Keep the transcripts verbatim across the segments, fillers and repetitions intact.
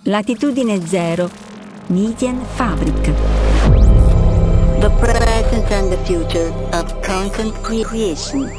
Latitudine Zero, Medienfabrik. The present and the future of content creation.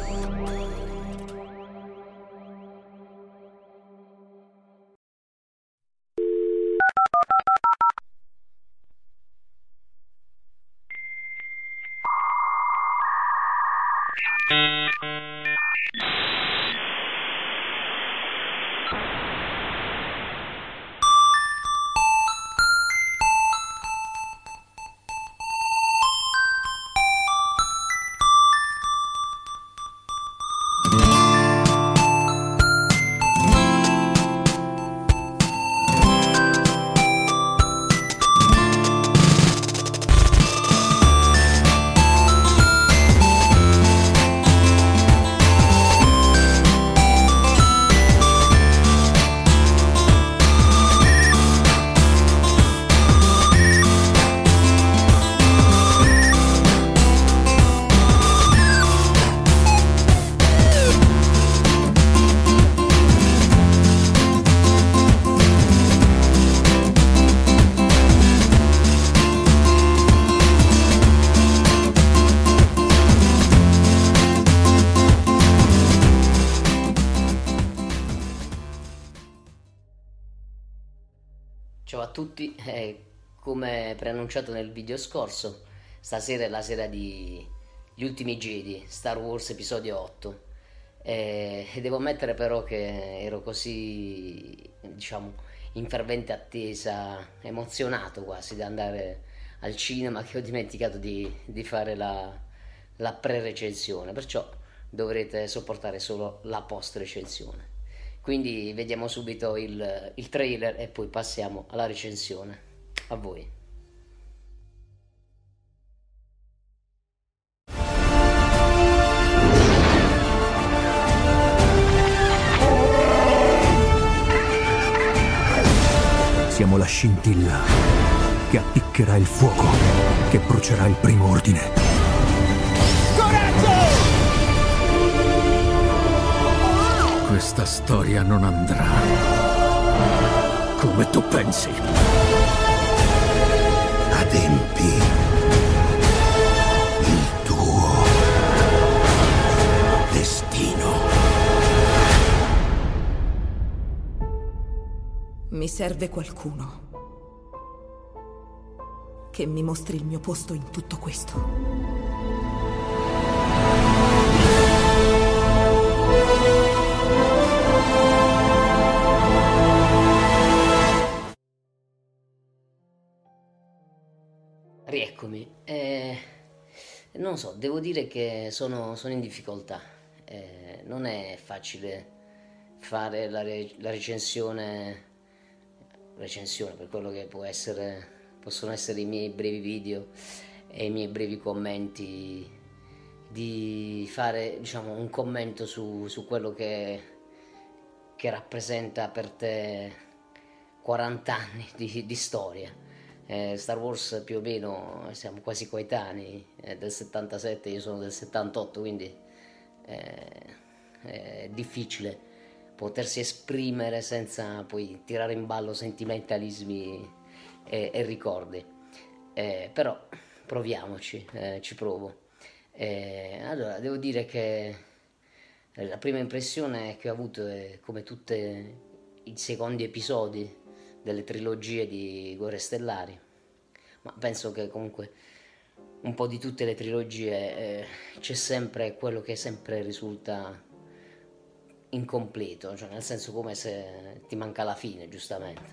Ciao a tutti, eh, come preannunciato nel video scorso, stasera è la sera di Gli Ultimi Jedi, Star Wars Episodio otto, eh, e devo ammettere però che ero così, diciamo, in fervente attesa, emozionato quasi da andare al cinema, che ho dimenticato di, di fare la, la pre-recensione, perciò dovrete sopportare solo la post-recensione. Quindi vediamo subito il, il trailer e poi passiamo alla recensione. A voi. Siamo la scintilla che appiccherà il fuoco, che brucerà il primo ordine. Questa storia non andrà come tu pensi. Adempi il tuo destino. Mi serve qualcuno che mi mostri il mio posto in tutto questo. Rieccomi, eh, non so, devo dire che sono, sono in difficoltà, eh, non è facile fare la, re- la recensione, recensione per quello che può essere, possono essere i miei brevi video e i miei brevi commenti, di fare, diciamo, un commento su, su quello che, che rappresenta per te quaranta anni di, di storia. Eh, Star Wars più o meno siamo quasi coetanei, eh, del settantasette, io sono del settantotto, quindi eh, è difficile potersi esprimere senza poi tirare in ballo sentimentalismi e, e ricordi, eh, però proviamoci, eh, ci provo. Eh, allora, devo dire che la prima impressione che ho avuto è, come tutti i secondi episodi delle trilogie di Guerre Stellari, ma penso che comunque un po' di tutte le trilogie eh, c'è sempre quello che sempre risulta incompleto, cioè nel senso come se ti manca la fine, giustamente,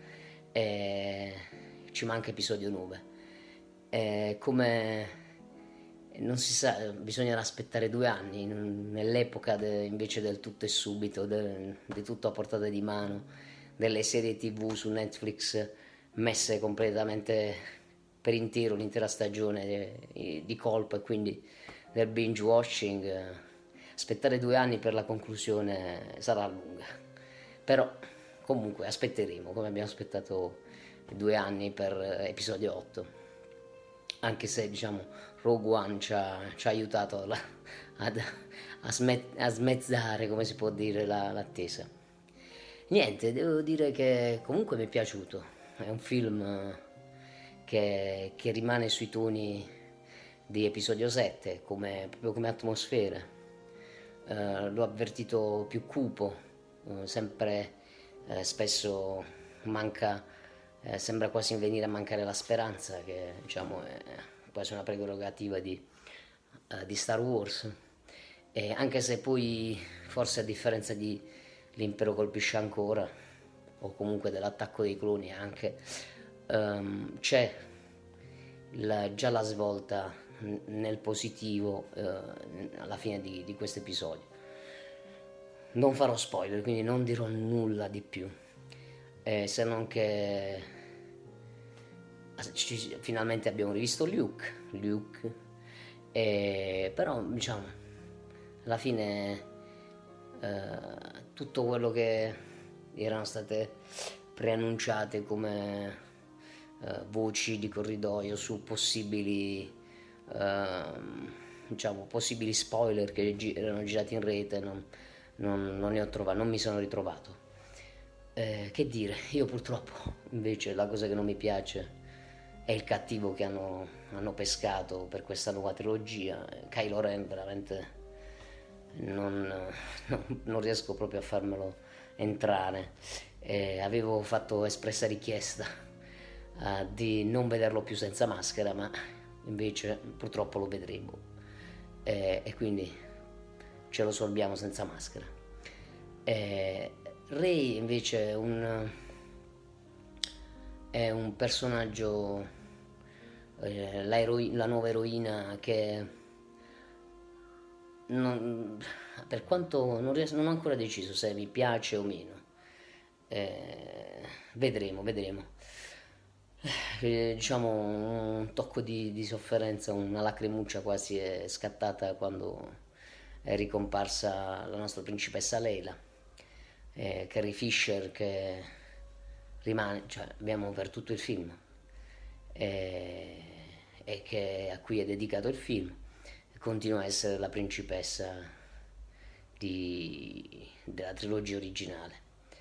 e ci manca episodio nove, e come non si sa, bisogna aspettare due anni nell'epoca de, invece del tutto e subito, de, di tutto a portata di mano, delle serie tv su Netflix messe completamente per intero l'intera stagione di, di colpo, e quindi del binge watching. Aspettare due anni per la conclusione sarà lunga, però comunque aspetteremo, come abbiamo aspettato due anni per episodio otto, anche se, diciamo, Rogue One ci ha, ci ha aiutato la, ad, a, smet, a smezzare, come si può dire, la, l'attesa. niente, devo dire che comunque mi è piaciuto, è un film che, che rimane sui toni di episodio sette, come, proprio come atmosfera. Uh, l'ho avvertito più cupo, uh, sempre uh, spesso manca, uh, sembra quasi venire a mancare la speranza, che diciamo è quasi una prerogativa di, uh, di Star Wars, e anche se poi forse a differenza di L'impero colpisce ancora, o comunque dell'attacco dei cloni anche, um, c'è la, già la svolta nel positivo uh, alla fine di, di questo episodio. Non farò spoiler, quindi non dirò nulla di più, eh, se non che ci, finalmente abbiamo rivisto Luke, Luke e, però diciamo alla fine uh, tutto quello che erano state preannunciate come uh, voci di corridoio su possibili uh, diciamo possibili spoiler che gi- erano girati in rete, non, non, non ne ho trovato, non mi sono ritrovato. Eh, che dire, io purtroppo invece la cosa che non mi piace è il cattivo che hanno, hanno pescato per questa nuova trilogia. Kylo Ren veramente non, non, non riesco proprio a farmelo entrare. Eh, avevo fatto espressa richiesta uh, di non vederlo più senza maschera, ma invece purtroppo lo vedremo, eh, e quindi ce lo sorbiamo senza maschera. Eh, Rey invece è un, è un personaggio, eh, la, eroi- la nuova eroina che non, per quanto non, ries- non ho ancora deciso se mi piace o meno, eh, vedremo, vedremo. Eh, diciamo un tocco di, di sofferenza, una lacrimuccia quasi è scattata quando è ricomparsa la nostra principessa Leila, eh, Carrie Fisher, che rimane, cioè abbiamo per tutto il film, eh, e che, a cui è dedicato il film, continua a essere la principessa di, della trilogia originale.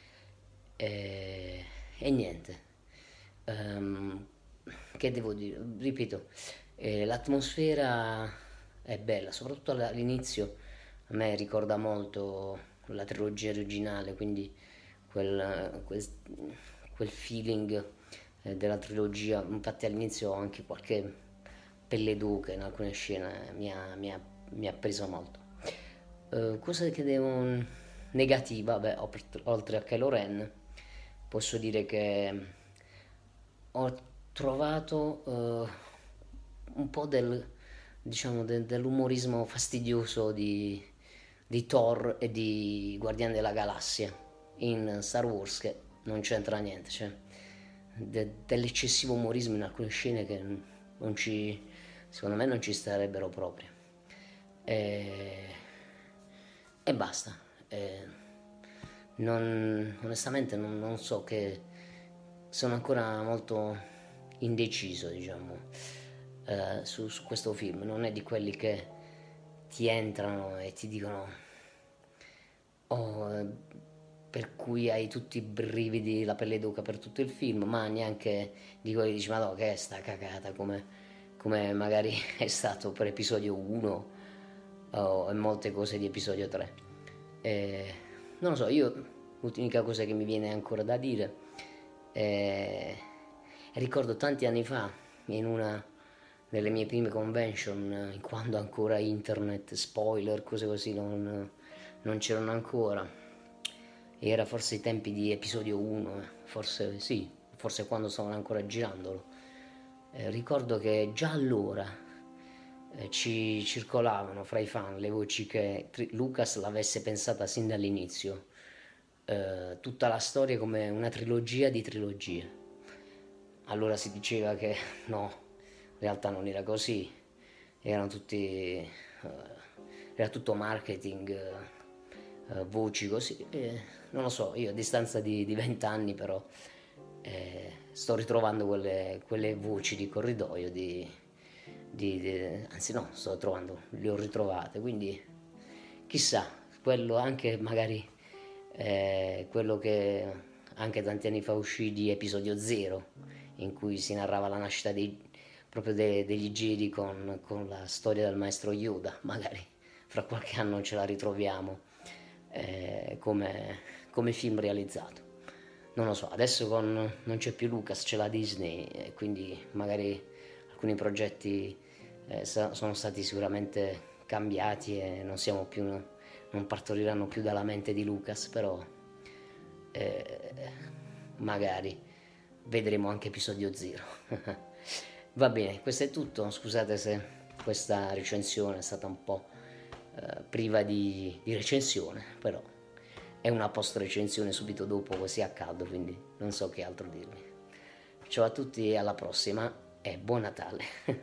E, e niente, um, che devo dire, ripeto, eh, l'atmosfera è bella, soprattutto all'inizio a me ricorda molto la trilogia originale, quindi quel, quel, quel feeling eh, della trilogia. Infatti all'inizio ho anche qualche pelle d'oca in alcune scene, mi ha, mi ha, mi ha preso molto. Uh, cosa che devo negativa, beh, oltre a Kylo Ren, posso dire che ho trovato uh, un po' del, diciamo, de, dell'umorismo fastidioso di, di Thor e di Guardiani della Galassia in Star Wars, che non c'entra niente, cioè de, dell'eccessivo umorismo in alcune scene che non ci, secondo me non ci starebbero proprio, e, e basta. E non, onestamente non, non so, che sono ancora molto indeciso, diciamo, eh, su, su questo film. Non è di quelli che ti entrano e ti dicono oh, per cui hai tutti i brividi, la pelle d'oca per tutto il film, ma neanche di quelli che dici ma no, che è sta cagata, come, come magari è stato per episodio uno o in molte cose di episodio tre. E, non lo so, io l'unica cosa che mi viene ancora da dire è, ricordo tanti anni fa, in una delle mie prime convention, quando ancora internet, spoiler, cose così non, non c'erano ancora, era forse i tempi di episodio uno, forse sì, forse quando stavano ancora girandolo, eh, ricordo che già allora eh, ci circolavano fra i fan le voci che Tri- Lucas l'avesse pensata sin dall'inizio, eh, tutta la storia come una trilogia di trilogie. Allora si diceva che no, in realtà non era così, erano tutti, uh, era tutto marketing, uh, uh, voci così, eh, non lo so, io a distanza di vent'anni però eh, sto ritrovando quelle, quelle voci di corridoio, di, di, di, anzi no, sto trovando, le ho ritrovate, quindi chissà, quello anche magari eh, quello che anche tanti anni fa uscì di Episodio Zero, in cui si narrava la nascita dei, proprio de, degli Jedi con, con la storia del maestro Yoda. Magari fra qualche anno ce la ritroviamo eh, come, come film realizzato. Non lo so, adesso con, non c'è più Lucas, c'è la Disney, e quindi magari alcuni progetti eh, sono stati sicuramente cambiati e non siamo più, non partoriranno più dalla mente di Lucas, però eh, magari vedremo anche Episodio Zero. Va bene, questo è tutto. Scusate se questa recensione è stata un po' eh, priva di, di recensione, però è una post recensione subito dopo, così a caldo, quindi non so che altro dirvi. Ciao a tutti e alla prossima e buon Natale.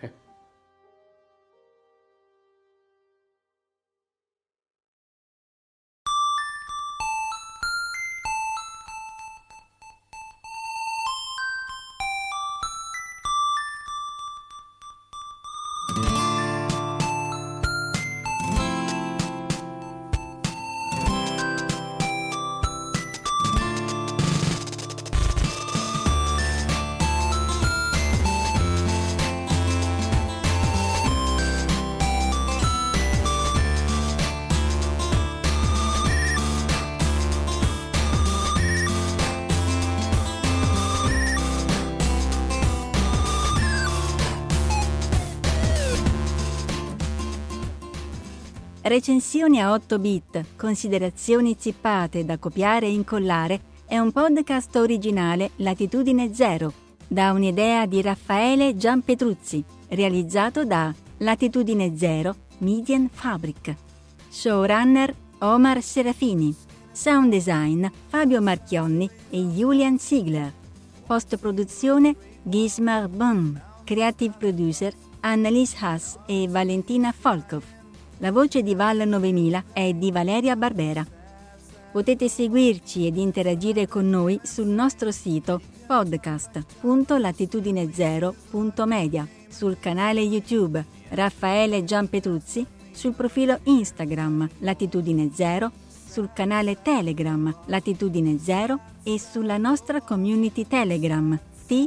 Recensioni a otto bit, considerazioni zippate da copiare e incollare è un podcast originale Latitudine Zero, da un'idea di Raffaele Gianpetruzzi, realizzato da Latitudine Zero Media Fabric. Showrunner Omar Serafini. Sound design Fabio Marchionni e Julian Ziegler. Post-produzione Gismar Bum. Creative producer Annalise Haas e Valentina Volkov. La voce di Val novemila è di Valeria Barbera. Potete seguirci ed interagire con noi sul nostro sito podcast punto latitudine zero punto media, sul canale YouTube Raffaele Gianpetruzzi, sul profilo Instagram Latitudine Zero, sul canale Telegram Latitudine Zero e sulla nostra community Telegram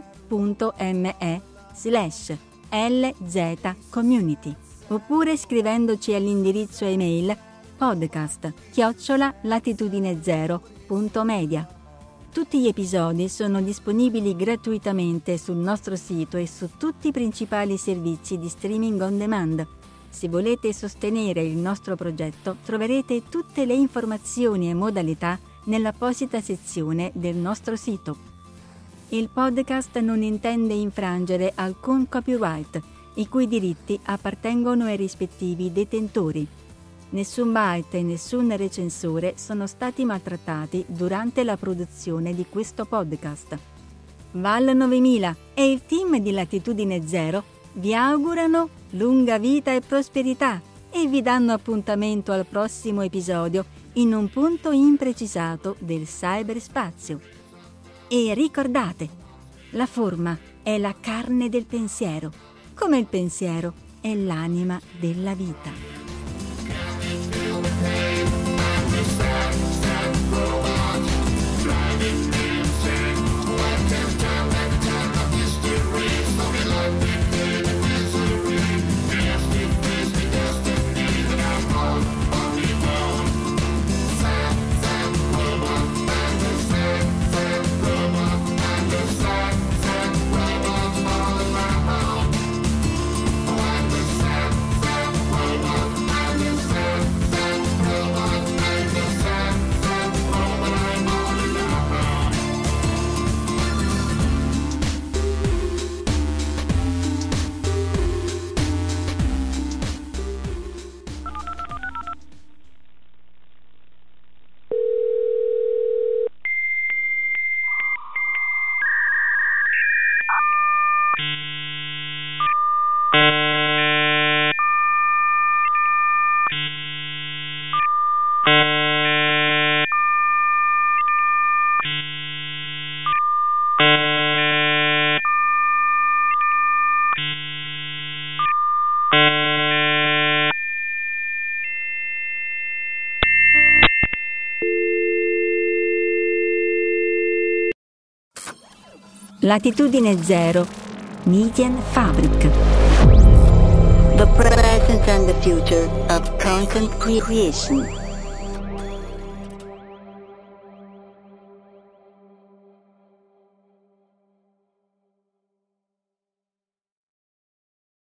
t.me slash lz community. Oppure scrivendoci all'indirizzo email podcast chiocciola latitudine zero punto media. Tutti gli episodi sono disponibili gratuitamente sul nostro sito e su tutti i principali servizi di streaming on demand. Se volete sostenere il nostro progetto, troverete tutte le informazioni e modalità nell'apposita sezione del nostro sito. Il podcast non intende infrangere alcun copyright, i cui diritti appartengono ai rispettivi detentori. Nessun byte e nessun recensore sono stati maltrattati durante la produzione di questo podcast. Val novemila e il team di Latitudine Zero vi augurano lunga vita e prosperità e vi danno appuntamento al prossimo episodio in un punto imprecisato del cyberspazio. E ricordate, la forma è la carne del pensiero, come il pensiero è l'anima della vita. Robot Latitudine Zero, Medienfabrik. The present and the future of content creation.